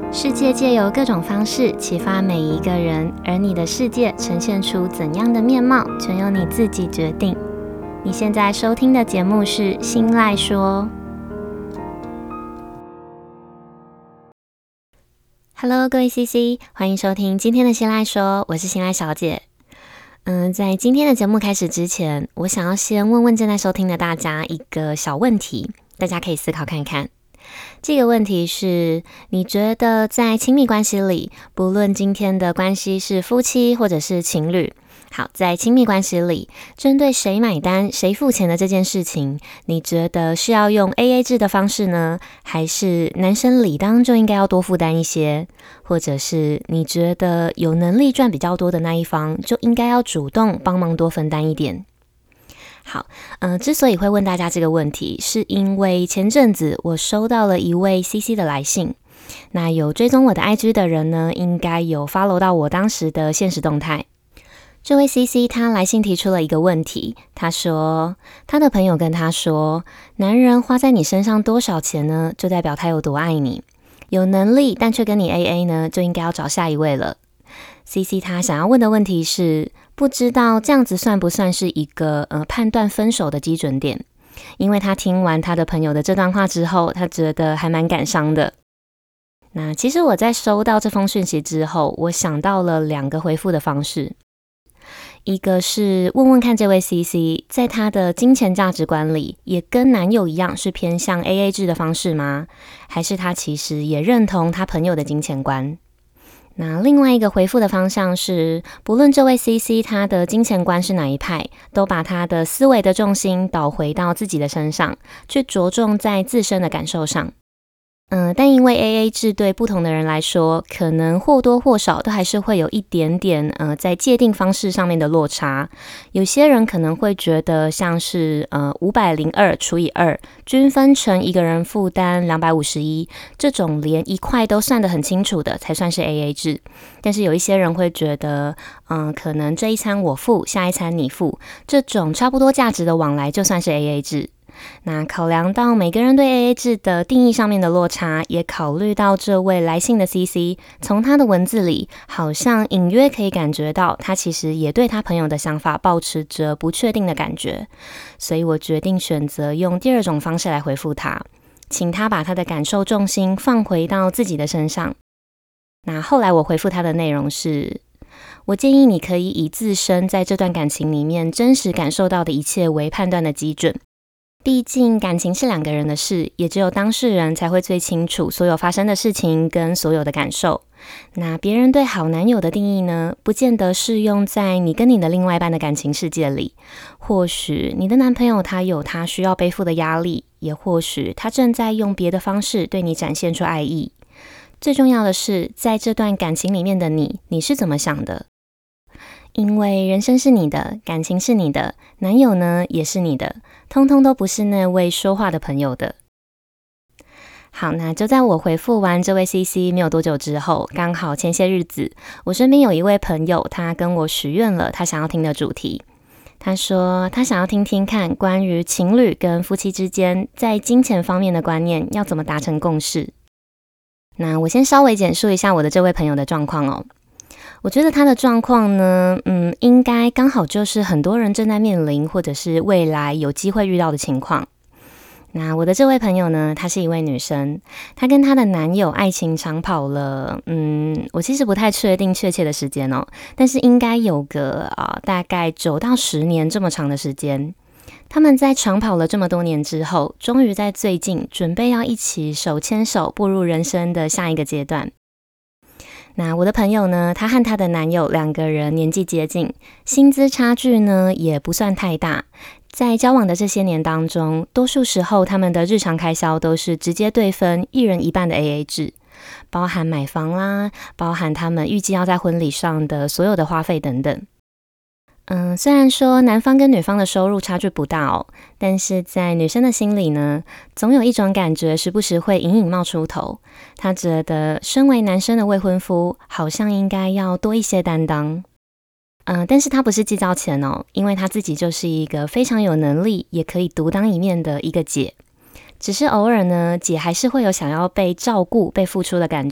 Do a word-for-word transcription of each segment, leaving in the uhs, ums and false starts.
世界借由各种方式启发每一个人，而你的世界呈现出怎样的面貌，全由你自己决定。你现在收听的节目是《心赖说》。Hello， 各位 C C， 欢迎收听今天的《心赖说》，我是心赖小姐。嗯，在今天的节目开始之前，我想要先问问正在收听的大家一个小问题，大家可以思考看看。这个问题是，你觉得在亲密关系里，不论今天的关系是夫妻或者是情侣，好，在亲密关系里，针对谁买单、谁付钱的这件事情，你觉得是要用 A A 制的方式呢，还是男生理当就应该要多负担一些？或者是你觉得有能力赚比较多的那一方，就应该要主动帮忙多分担一点？好，呃，之所以会问大家这个问题，是因为前阵子我收到了一位 C C 的来信。那有追踪我的 I G 的人呢，应该有 follow 到我当时的限时动态。这位 C C 他来信提出了一个问题，他说他的朋友跟他说，男人花在你身上多少钱呢，就代表他有多爱你。有能力但却跟你 A A 呢，就应该要找下一位了。C C 他想要问的问题是，不知道这样子算不算是一个呃判断分手的基准点？因为他听完他的朋友的这段话之后，他觉得还蛮感伤的。那其实我在收到这封讯息之后，我想到了两个回复的方式。一个是问问看这位 C C 在他的金钱价值观里，也跟男友一样是偏向 A A 制的方式吗？还是他其实也认同他朋友的金钱观？那另外一个回复的方向是，不论这位 C C 他的金钱观是哪一派，都把他的思维的重心导回到自己的身上，去着重在自身的感受上。嗯，但因为 A A 制对不同的人来说，可能或多或少都还是会有一点点呃在界定方式上面的落差。有些人可能会觉得像是呃五百零二除以二均分成一个人负担两百五十一，这种连一块都算得很清楚的才算是 A A 制。但是有一些人会觉得嗯、呃、可能这一餐我付，下一餐你付，这种差不多价值的往来就算是 A A 制。那考量到每个人对 A A 制的定义上面的落差，也考虑到这位来信的 C C 从他的文字里好像隐约可以感觉到他其实也对他朋友的想法抱持着不确定的感觉，所以我决定选择用第二种方式来回复他，请他把他的感受重心放回到自己的身上。那后来我回复他的内容是，我建议你可以以自身在这段感情里面真实感受到的一切为判断的基准。毕竟感情是两个人的事，也只有当事人才会最清楚所有发生的事情跟所有的感受。那别人对好男友的定义呢，不见得适用在你跟你的另外一半的感情世界里。或许你的男朋友他有他需要背负的压力，也或许他正在用别的方式对你展现出爱意。最重要的是，在这段感情里面的你，你是怎么想的？因为人生是你的，感情是你的，男友呢也是你的，通通都不是那位说话的朋友的。好，那就在我回复完这位 C C 没有多久之后，刚好前些日子，我身边有一位朋友，他跟我许愿了他想要听的主题。他说他想要听听看关于情侣跟夫妻之间在金钱方面的观念要怎么达成共识。那我先稍微简述一下我的这位朋友的状况哦。我觉得他的状况呢，嗯，应该刚好就是很多人正在面临或者是未来有机会遇到的情况。那我的这位朋友呢，她是一位女生，她跟她的男友爱情长跑了，嗯，我其实不太确定确切的时间哦，但是应该有个啊、呃、大概九到十年这么长的时间。他们在长跑了这么多年之后，终于在最近准备要一起手牵手步入人生的下一个阶段。那我的朋友呢，她和她的男友两个人年纪接近，薪资差距呢也不算太大。在交往的这些年当中，多数时候他们的日常开销都是直接对分一人一半的 A A 制，包含买房啦，包含他们预计要在婚礼上的所有的花费等等。嗯，虽然说男方跟女方的收入差距不大哦，但是在女生的心里呢，总有一种感觉时不时会隐隐冒出头。她觉得身为男生的未婚夫，好像应该要多一些担当。嗯，但是她不是计较钱哦，因为她自己就是一个非常有能力，也可以独当一面的一个姐。只是偶尔呢，姐还是会有想要被照顾、被付出的感觉。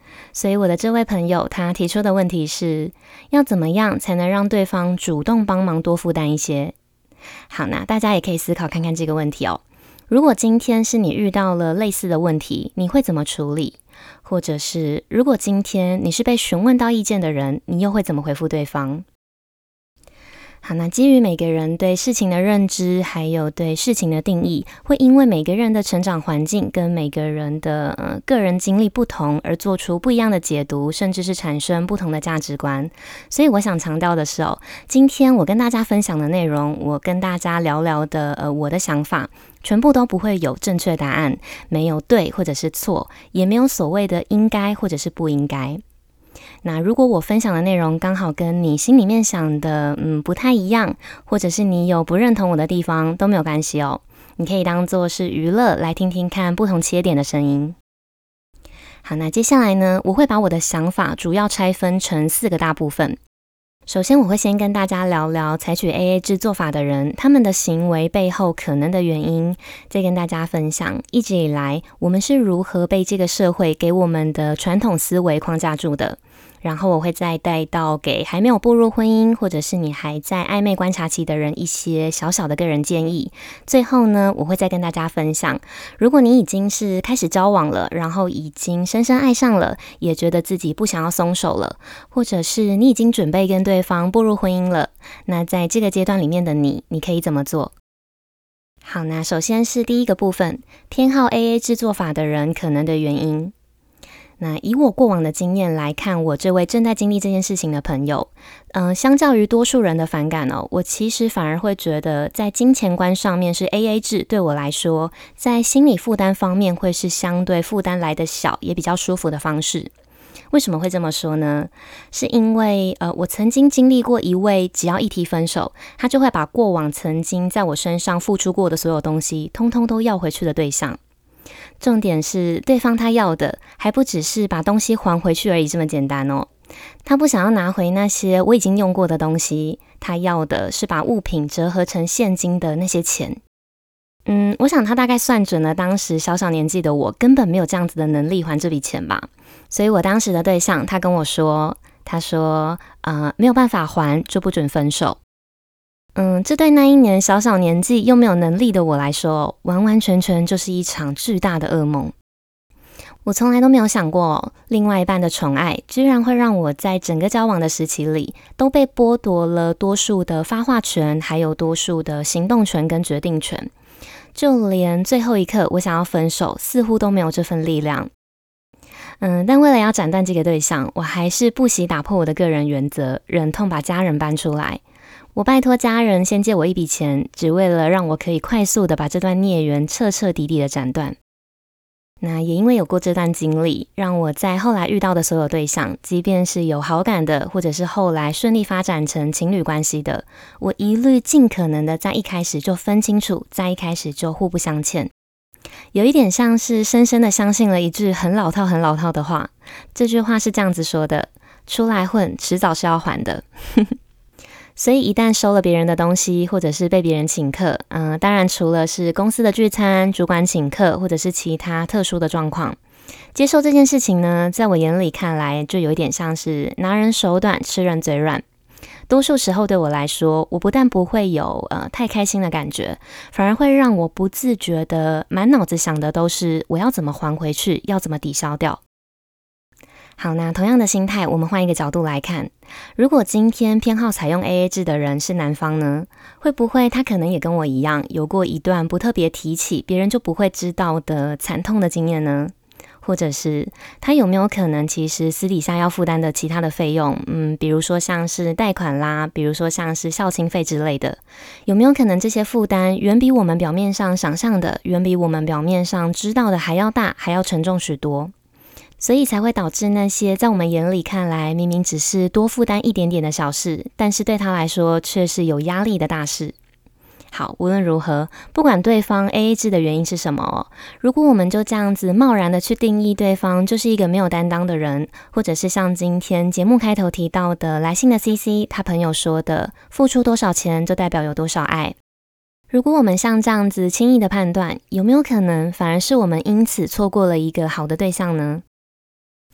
所以我的这位朋友他提出的问题是，要怎么样才能让对方主动帮忙多负担一些？好，那大家也可以思考看看这个问题哦。如果今天是你遇到了类似的问题，你会怎么处理？或者是如果今天你是被询问到意见的人，你又会怎么回复对方？好，那基于每个人对事情的认知，还有对事情的定义，会因为每个人的成长环境跟每个人的呃个人经历不同，而做出不一样的解读，甚至是产生不同的价值观。所以我想强调的是哦，今天我跟大家分享的内容，我跟大家聊聊的呃我的想法，全部都不会有正确答案，没有对或者是错，也没有所谓的应该或者是不应该。那如果我分享的内容刚好跟你心里面想的嗯不太一样，或者是你有不认同我的地方，都没有关系哦，你可以当作是娱乐来听听看不同切点的声音。好，那接下来呢，我会把我的想法主要拆分成四个大部分。首先我会先跟大家聊聊采取 A A 制做法的人，他们的行为背后可能的原因，再跟大家分享一直以来我们是如何被这个社会给我们的传统思维框架住的。然后我会再带到给还没有步入婚姻，或者是你还在暧昧观察期的人一些小小的个人建议。最后呢，我会再跟大家分享，如果你已经是开始交往了，然后已经深深爱上了，也觉得自己不想要松手了，或者是你已经准备跟对方步入婚姻了，那在这个阶段里面的你，你可以怎么做？好，那首先是第一个部分，偏好 A A 制做法的人可能的原因。那以我过往的经验来看，我这位正在经历这件事情的朋友，嗯、呃，相较于多数人的反感哦，我其实反而会觉得，在金钱观上面是 A A 制，对我来说，在心理负担方面会是相对负担来得小，也比较舒服的方式。为什么会这么说呢？是因为呃，我曾经经历过一位，只要一提分手，他就会把过往曾经在我身上付出过的所有东西，通通都要回去的对象。重点是对方他要的还不只是把东西还回去而已这么简单哦，他不想要拿回那些我已经用过的东西，他要的是把物品折合成现金的那些钱。嗯，我想他大概算准了当时小小年纪的我根本没有这样子的能力还这笔钱吧，所以我当时的对象他跟我说，他说呃，没有办法还就不准分手。嗯，这对那一年小小年纪又没有能力的我来说，完完全全就是一场巨大的噩梦。我从来都没有想过，另外一半的宠爱居然会让我在整个交往的时期里都被剥夺了多数的发话权，还有多数的行动权跟决定权。就连最后一刻我想要分手，似乎都没有这份力量。嗯，但为了要斩断这个对象，我还是不惜打破我的个人原则，忍痛把家人搬出来。我拜托家人先借我一笔钱，只为了让我可以快速的把这段孽缘彻彻底底的斩断。那也因为有过这段经历，让我在后来遇到的所有对象，即便是有好感的，或者是后来顺利发展成情侣关系的，我一律尽可能的在一开始就分清楚，在一开始就互不相欠。有一点像是深深的相信了一句很老套很老套的话，这句话是这样子说的：出来混，迟早是要还的。所以一旦收了别人的东西，或者是被别人请客，嗯、呃，当然除了是公司的聚餐、主管请客，或者是其他特殊的状况，接受这件事情呢，在我眼里看来，就有一点像是拿人手短，吃人嘴软。多数时候对我来说，我不但不会有呃太开心的感觉，反而会让我不自觉的满脑子想的都是我要怎么还回去，要怎么抵消掉。好，那同样的心态，我们换一个角度来看，如果今天偏好采用 A A 制的人是男方呢，会不会他可能也跟我一样，有过一段不特别提起，别人就不会知道的惨痛的经验呢？或者是他有没有可能其实私底下要负担的其他的费用，嗯，比如说像是贷款啦，比如说像是孝亲费之类的，有没有可能这些负担远比我们表面上想象的，远比我们表面上知道的还要大，还要沉重许多？所以才会导致那些在我们眼里看来明明只是多负担一点点的小事，但是对他来说却是有压力的大事。好，无论如何，不管对方 A A 制的原因是什么，如果我们就这样子贸然的去定义对方就是一个没有担当的人，或者是像今天节目开头提到的来信的 C C 他朋友说的，付出多少钱就代表有多少爱。如果我们像这样子轻易的判断，有没有可能反而是我们因此错过了一个好的对象呢？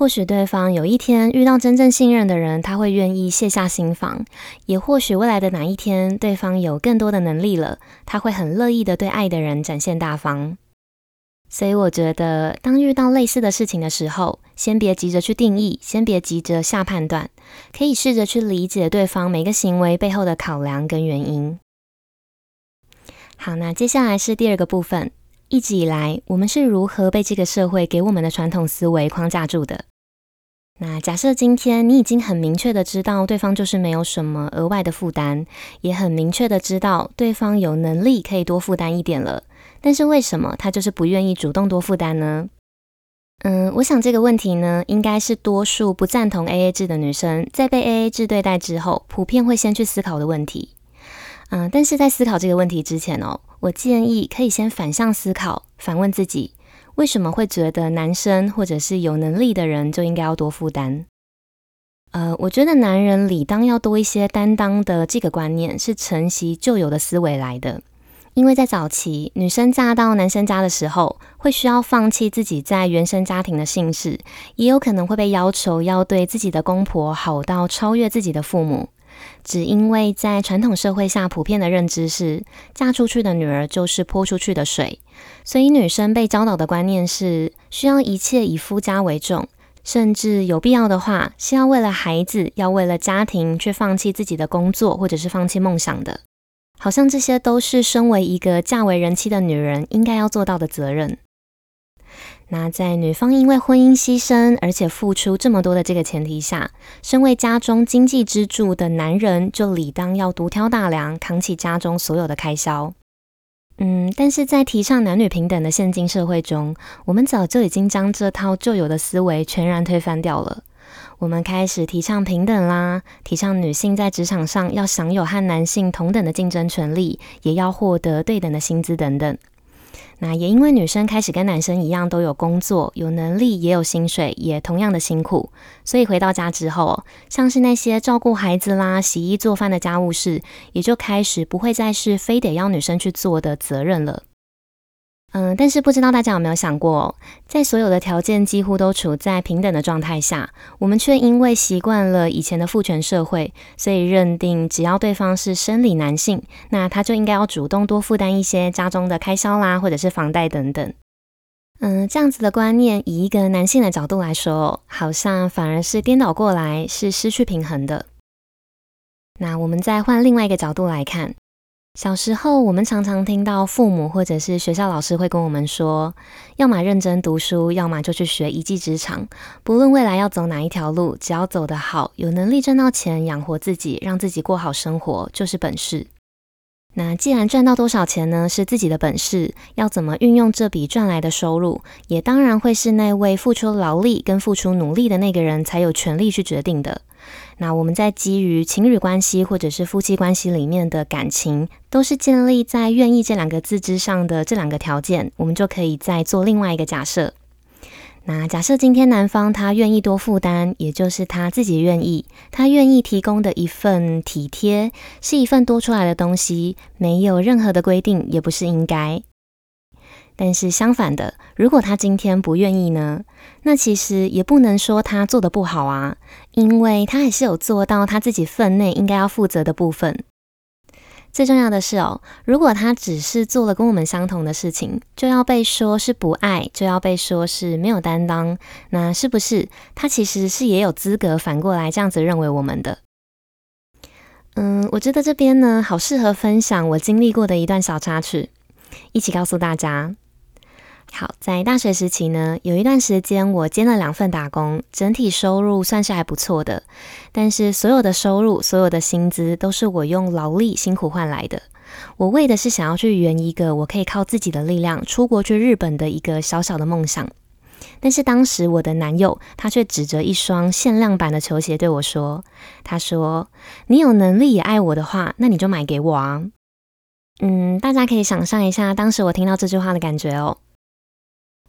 或许对方有一天遇到真正信任的人，他会愿意卸下心防，也或许未来的哪一天，对方有更多的能力了，他会很乐意的对爱的人展现大方。所以我觉得，当遇到类似的事情的时候，先别急着去定义，先别急着下判断，可以试着去理解对方每个行为背后的考量跟原因。好，那接下来是第二个部分，一直以来我们是如何被这个社会给我们的传统思维框架住的。那假设今天你已经很明确的知道对方就是没有什么额外的负担，也很明确的知道对方有能力可以多负担一点了，但是为什么他就是不愿意主动多负担呢？嗯，我想这个问题呢，应该是多数不赞同 A A 制的女生在被 A A 制对待之后，普遍会先去思考的问题。嗯，但是在思考这个问题之前哦，我建议可以先反向思考，反问自己，为什么会觉得男生或者是有能力的人就应该要多负担？呃，我觉得男人理当要多一些担当的这个观念是承袭旧有的思维来的。因为在早期，女生嫁到男生家的时候，会需要放弃自己在原生家庭的姓氏，也有可能会被要求要对自己的公婆好到超越自己的父母。只因为在传统社会下普遍的认知是，嫁出去的女儿就是泼出去的水，所以女生被教导的观念是，需要一切以夫家为重，甚至有必要的话，是要为了孩子，要为了家庭去放弃自己的工作，或者是放弃梦想的。好像这些都是身为一个嫁为人妻的女人应该要做到的责任。那在女方因为婚姻牺牲而且付出这么多的这个前提下，身为家中经济支柱的男人就理当要独挑大梁，扛起家中所有的开销。嗯，但是在提倡男女平等的现今社会中，我们早就已经将这套旧有的思维全然推翻掉了。我们开始提倡平等啦，提倡女性在职场上要享有和男性同等的竞争权利，也要获得对等的薪资等等。那也因为女生开始跟男生一样都有工作，有能力，也有薪水，也同样的辛苦，所以回到家之后，像是那些照顾孩子啦、洗衣做饭的家务事，也就开始不会再是非得要女生去做的责任了。嗯，但是不知道大家有没有想过，在所有的条件几乎都处在平等的状态下，我们却因为习惯了以前的父权社会，所以认定只要对方是生理男性，那他就应该要主动多负担一些家中的开销啦，或者是房贷等等。嗯，这样子的观念，以一个男性的角度来说，好像反而是颠倒过来，是失去平衡的。那我们再换另外一个角度来看，小时候我们常常听到父母或者是学校老师会跟我们说，要么认真读书，要么就去学一技之长，不论未来要走哪一条路，只要走得好，有能力赚到钱养活自己，让自己过好生活，就是本事。那既然赚到多少钱呢，是自己的本事，要怎么运用这笔赚来的收入，也当然会是那位付出劳力跟付出努力的那个人才有权利去决定的。那我们在基于情侣关系或者是夫妻关系里面的感情，都是建立在愿意这两个字之上的这两个条件，我们就可以再做另外一个假设。那假设今天男方他愿意多负担，也就是他自己愿意，他愿意提供的一份体贴，是一份多出来的东西，没有任何的规定，也不是应该。但是相反的，如果他今天不愿意呢，那其实也不能说他做得不好啊，因为他还是有做到他自己分内应该要负责的部分。最重要的是哦，如果他只是做了跟我们相同的事情，就要被说是不爱，就要被说是没有担当，那是不是他其实是也有资格反过来这样子认为我们的？嗯，我觉得这边呢，好适合分享我经历过的一段小插曲，一起告诉大家。好，在大学时期呢，有一段时间我兼了两份打工，整体收入算是还不错的，但是所有的收入，所有的薪资都是我用劳力辛苦换来的。我为的是想要去圆一个我可以靠自己的力量出国去日本的一个小小的梦想。但是当时我的男友他却指着一双限量版的球鞋对我说，他说，你有能力也爱我的话，那你就买给我啊。嗯，大家可以想象一下当时我听到这句话的感觉哦。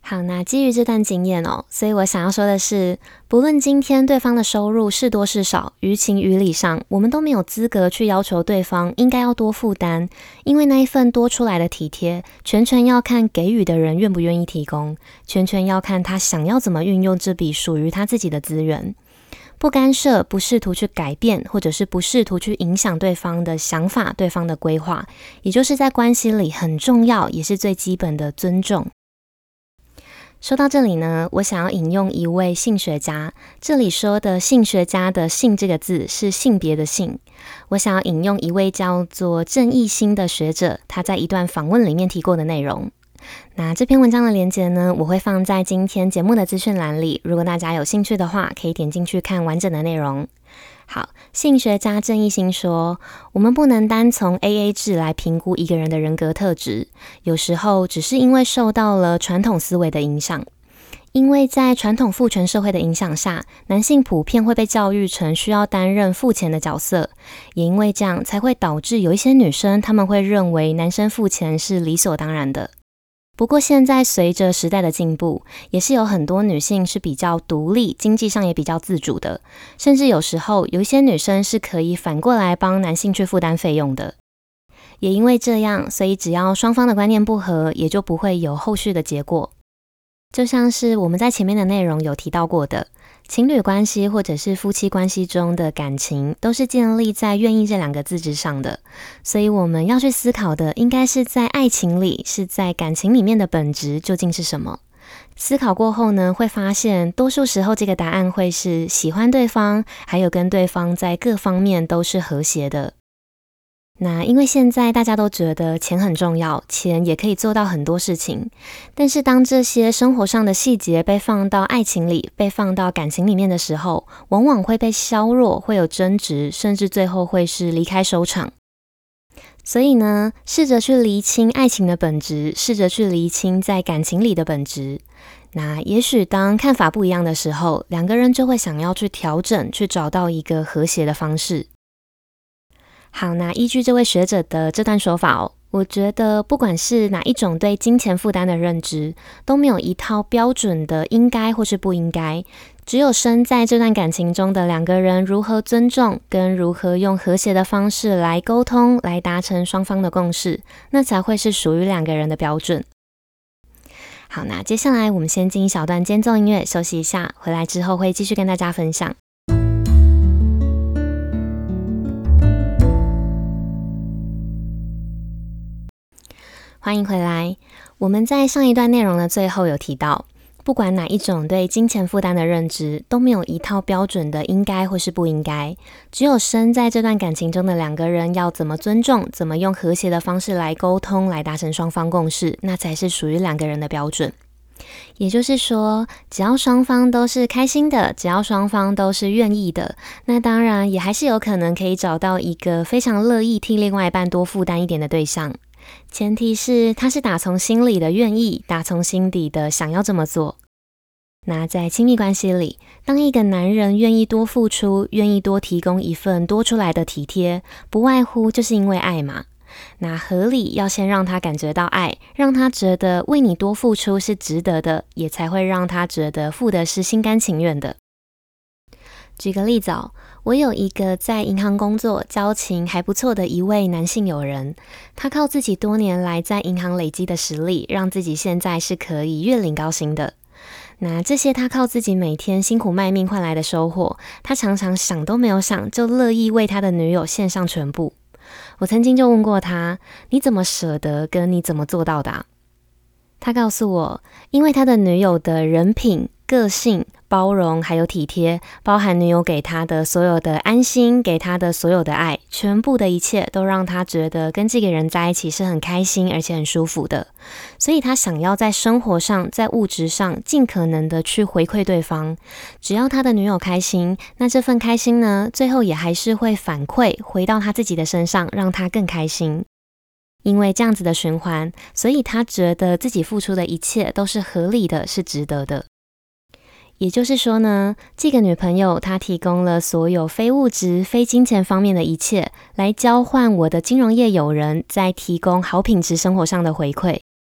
好，那基于这段经验哦，所以我想要说的是，不论今天对方的收入是多是少，于情于理上，我们都没有资格去要求对方应该要多负担，因为那一份多出来的体贴，全权要看给予的人愿不愿意提供，全权要看他想要怎么运用这笔属于他自己的资源。不干涉，不试图去改变，或者是不试图去影响对方的想法、对方的规划，也就是在关系里很重要，也是最基本的尊重。说到这里呢，我想要引用一位性学家，这里说的性学家的性这个字是性别的性，我想要引用一位叫做郑义兴的学者，他在一段访问里面提过的内容。那这篇文章的连结呢，我会放在今天节目的资讯栏里，如果大家有兴趣的话，可以点进去看完整的内容。好，性学家郑义兴说，我们不能单从 A A 制来评估一个人的人格特质，有时候只是因为受到了传统思维的影响。因为在传统父权社会的影响下，男性普遍会被教育成需要担任付钱的角色，也因为这样才会导致有一些女生她们会认为男生付钱是理所当然的。不过现在随着时代的进步，也是有很多女性是比较独立，经济上也比较自主的，甚至有时候有一些女生是可以反过来帮男性去负担费用的。也因为这样，所以只要双方的观念不合，也就不会有后续的结果。就像是我们在前面的内容有提到过的，情侣关系或者是夫妻关系中的感情，都是建立在愿意这两个字之上的。所以我们要去思考的，应该是在爱情里，是在感情里面的本质究竟是什么。思考过后呢，会发现多数时候这个答案会是喜欢对方，还有跟对方在各方面都是和谐的。那因为现在大家都觉得钱很重要，钱也可以做到很多事情，但是当这些生活上的细节被放到爱情里，被放到感情里面的时候，往往会被削弱，会有争执，甚至最后会是离开收场。所以呢，试着去厘清爱情的本质，试着去厘清在感情里的本质。那也许当看法不一样的时候，两个人就会想要去调整，去找到一个和谐的方式。好，那依据这位学者的这段说法哦，我觉得不管是哪一种对金钱负担的认知，都没有一套标准的应该或是不应该，只有身在这段感情中的两个人如何尊重，跟如何用和谐的方式来沟通，来达成双方的共识，那才会是属于两个人的标准。好，那接下来我们先进一小段间奏音乐休息一下，回来之后会继续跟大家分享。欢迎回来。我们在上一段内容的最后有提到，不管哪一种对金钱负担的认知，都没有一套标准的应该或是不应该，只有身在这段感情中的两个人要怎么尊重，怎么用和谐的方式来沟通，来达成双方共识，那才是属于两个人的标准。也就是说，只要双方都是开心的，只要双方都是愿意的，那当然也还是有可能可以找到一个非常乐意替另外一半多负担一点的对象。前提是他是打从心里的愿意，打从心底的想要这么做。那在亲密关系里，当一个男人愿意多付出，愿意多提供一份多出来的体贴，不外乎就是因为爱嘛。那合理要先让他感觉到爱，让他觉得为你多付出是值得的，也才会让他觉得付的是心甘情愿的。举个例子哦，我有一个在银行工作、交情还不错的一位男性友人，他靠自己多年来在银行累积的实力，让自己现在是可以月领高薪的。那这些他靠自己每天辛苦卖命换来的收获，他常常想都没有想，就乐意为他的女友献上全部。我曾经就问过他，你怎么舍得，跟你怎么做到的啊？他告诉我，因为他的女友的人品、个性、包容还有体贴，包含女友给他的所有的安心，给他的所有的爱，全部的一切都让他觉得跟这个人在一起是很开心而且很舒服的。所以他想要在生活上，在物质上尽可能的去回馈对方，只要他的女友开心，那这份开心呢，最后也还是会反馈回到他自己的身上，让他更开心。因为这样子的循环，所以他觉得自己付出的一切都是合理的，是值得的。也就是说呢，这个女朋友她提供了所有非物质、非金钱方面的一切，来交换我的金融业友人在提供好品质生活上的回馈。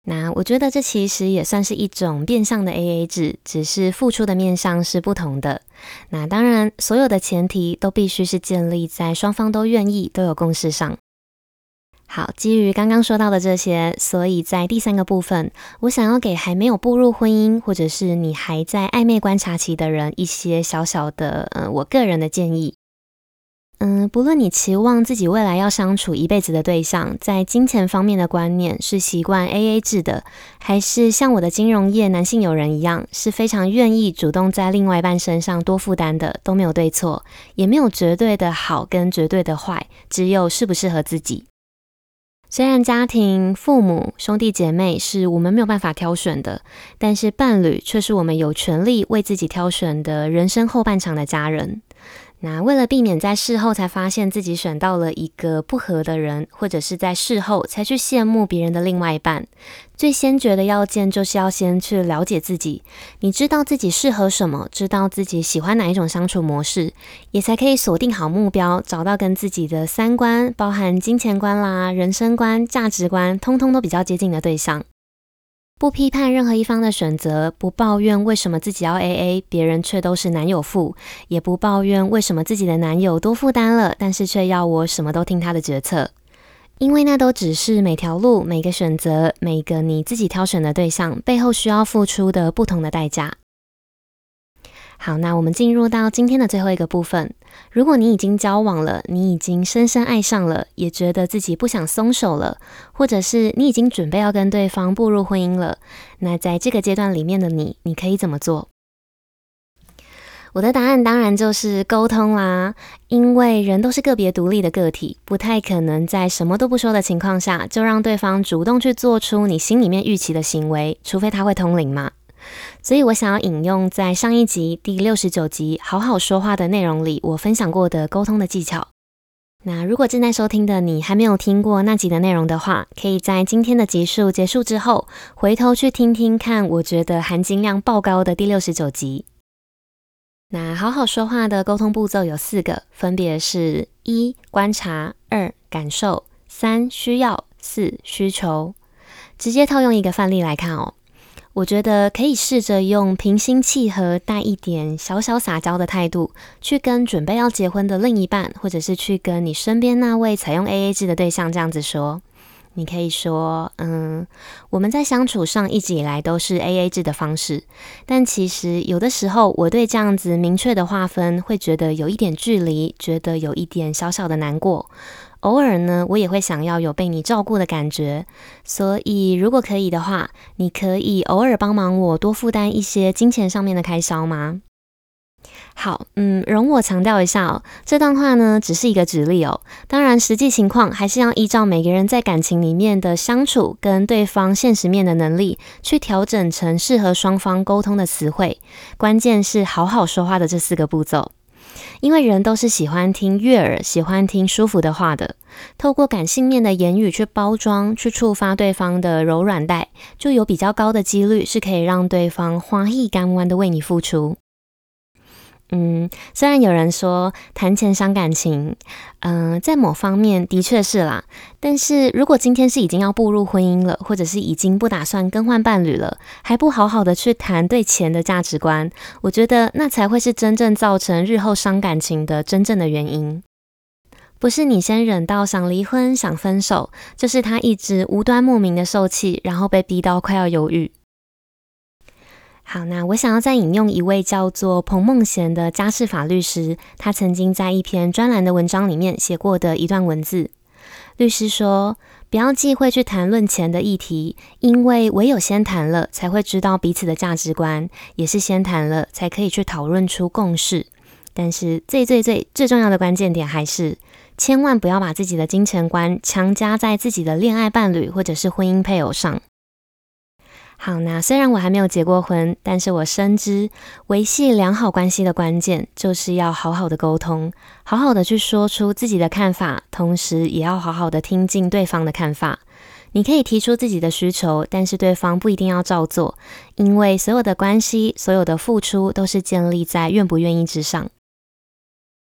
那我觉得这其实也算是一种变相的 A A 制，只是付出的面向是不同的。那当然，所有的前提都必须是建立在双方都愿意、都有共识上。好，基于刚刚说到的这些，所以在第三个部分，我想要给还没有步入婚姻，或者是你还在暧昧观察期的人一些小小的，呃，我个人的建议。嗯，不论你期望自己未来要相处一辈子的对象，在金钱方面的观念是习惯 A A 制的，还是像我的金融业男性友人一样，是非常愿意主动在另外一半身上多负担的，都没有对错，也没有绝对的好跟绝对的坏，只有适不适合自己。虽然家庭、父母、兄弟姐妹是我们没有办法挑选的，但是伴侣却是我们有权利为自己挑选的人生后半场的家人。那为了避免在事后才发现自己选到了一个不合的人，或者是在事后才去羡慕别人的另外一半，最先决的要件就是要先去了解自己，你知道自己适合什么，知道自己喜欢哪一种相处模式，也才可以锁定好目标，找到跟自己的三观，包含金钱观啦、人生观、价值观，通通都比较接近的对象。不批判任何一方的选择，不抱怨为什么自己要 A A， 别人却都是男友付，也不抱怨为什么自己的男友多负担了，但是却要我什么都听他的决策。因为那都只是每条路、每个选择、每个你自己挑选的对象背后需要付出的不同的代价。好，那我们进入到今天的最后一个部分。如果你已经交往了，你已经深深爱上了，也觉得自己不想松手了，或者是你已经准备要跟对方步入婚姻了，那在这个阶段里面的你，你可以怎么做？我的答案当然就是沟通啦，因为人都是个别独立的个体，不太可能在什么都不说的情况下，就让对方主动去做出你心里面预期的行为，除非他会通灵嘛。所以我想要引用在上一集第六十九集好好说话的内容里我分享过的沟通的技巧。那如果正在收听的你还没有听过那集的内容的话，可以在今天的集数结束之后回头去听听看我觉得含金量爆高的第六十九集。那好好说话的沟通步骤有四个，分别是一观察，二感受，三需要，四需求。直接套用一个范例来看哦，我觉得可以试着用平心气和带一点小小撒娇的态度去跟准备要结婚的另一半，或者是去跟你身边那位采用 A A 制的对象这样子说。你可以说，嗯，我们在相处上一直以来都是 A A 制的方式，但其实有的时候我对这样子明确的划分会觉得有一点距离，觉得有一点小小的难过。偶尔呢，我也会想要有被你照顾的感觉，所以如果可以的话，你可以偶尔帮忙我多负担一些金钱上面的开销吗？好，嗯，容我强调一下哦，这段话呢只是一个举例哦，当然实际情况还是要依照每个人在感情里面的相处跟对方现实面的能力去调整成适合双方沟通的词汇，关键是好好说话的这四个步骤。因为人都是喜欢听悦耳、喜欢听舒服的话的，透过感性面的言语去包装、去触发对方的柔软带，就有比较高的几率是可以让对方欢喜甘愿的为你付出。嗯，虽然有人说谈钱伤感情，嗯、呃，在某方面的确是啦，但是如果今天是已经要步入婚姻了，或者是已经不打算更换伴侣了，还不好好的去谈对钱的价值观，我觉得那才会是真正造成日后伤感情的真正的原因。不是你先忍到想离婚、想分手，就是他一直无端莫名的受气，然后被逼到快要忧郁。好，那我想要再引用一位叫做彭梦贤的家事法律师，他曾经在一篇专栏的文章里面写过的一段文字。律师说，不要忌讳去谈论钱的议题，因为唯有先谈了，才会知道彼此的价值观，也是先谈了，才可以去讨论出共识。但是最最最最重要的关键点还是，千万不要把自己的金钱观强加在自己的恋爱伴侣或者是婚姻配偶上。好，那虽然我还没有结过婚，但是我深知维系良好关系的关键就是要好好的沟通，好好的去说出自己的看法，同时也要好好的听进对方的看法。你可以提出自己的需求，但是对方不一定要照做，因为所有的关系，所有的付出都是建立在愿不愿意之上。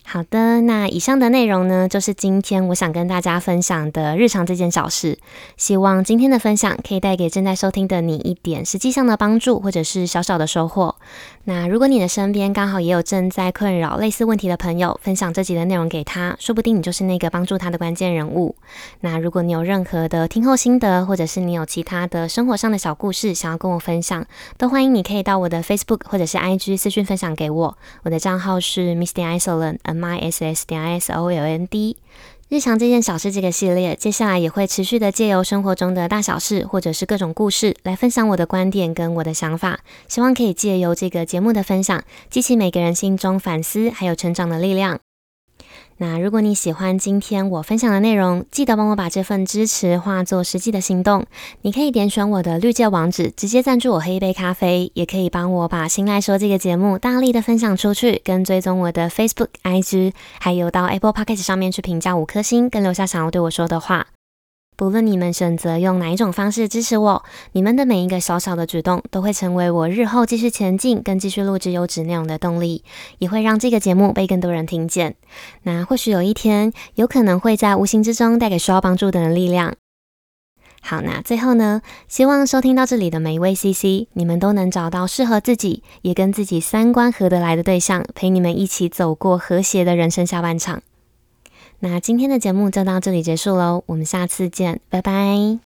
好的，那以上的内容呢，就是今天我想跟大家分享的日常这件小事。希望今天的分享可以带给正在收听的你一点实际上的帮助，或者是小小的收获。那如果你的身边刚好也有正在困扰类似问题的朋友，分享这集的内容给他，说不定你就是那个帮助他的关键人物。那如果你有任何的听后心得，或者是你有其他的生活上的小故事想要跟我分享，都欢迎你可以到我的 Facebook 或者是 I G 私讯分享给我。我的账号是 Miss 点 Isoland M I S S 点 I S O L N D。 日常这件小事这个系列接下来也会持续的借由生活中的大小事或者是各种故事来分享我的观点跟我的想法，希望可以借由这个节目的分享激起每个人心中反思还有成长的力量。那如果你喜欢今天我分享的内容，记得帮我把这份支持化作实际的行动。你可以点选我的绿界网址，直接赞助我喝一杯咖啡，也可以帮我把新来说这个节目大力的分享出去，跟追踪我的 Facebook、I G， 还有到 Apple Podcast 上面去评价五颗星，跟留下想要对我说的话。不论你们选择用哪一种方式支持我，你们的每一个小小的举动都会成为我日后继续前进跟继续录制优质内容的动力，也会让这个节目被更多人听见。那或许有一天，有可能会在无形之中带给需要帮助的人力量。好，那最后呢，希望收听到这里的每一位 C C， 你们都能找到适合自己，也跟自己三观合得来的对象，陪你们一起走过和谐的人生下半场。那今天的节目就到这里结束咯，我们下次见，拜拜。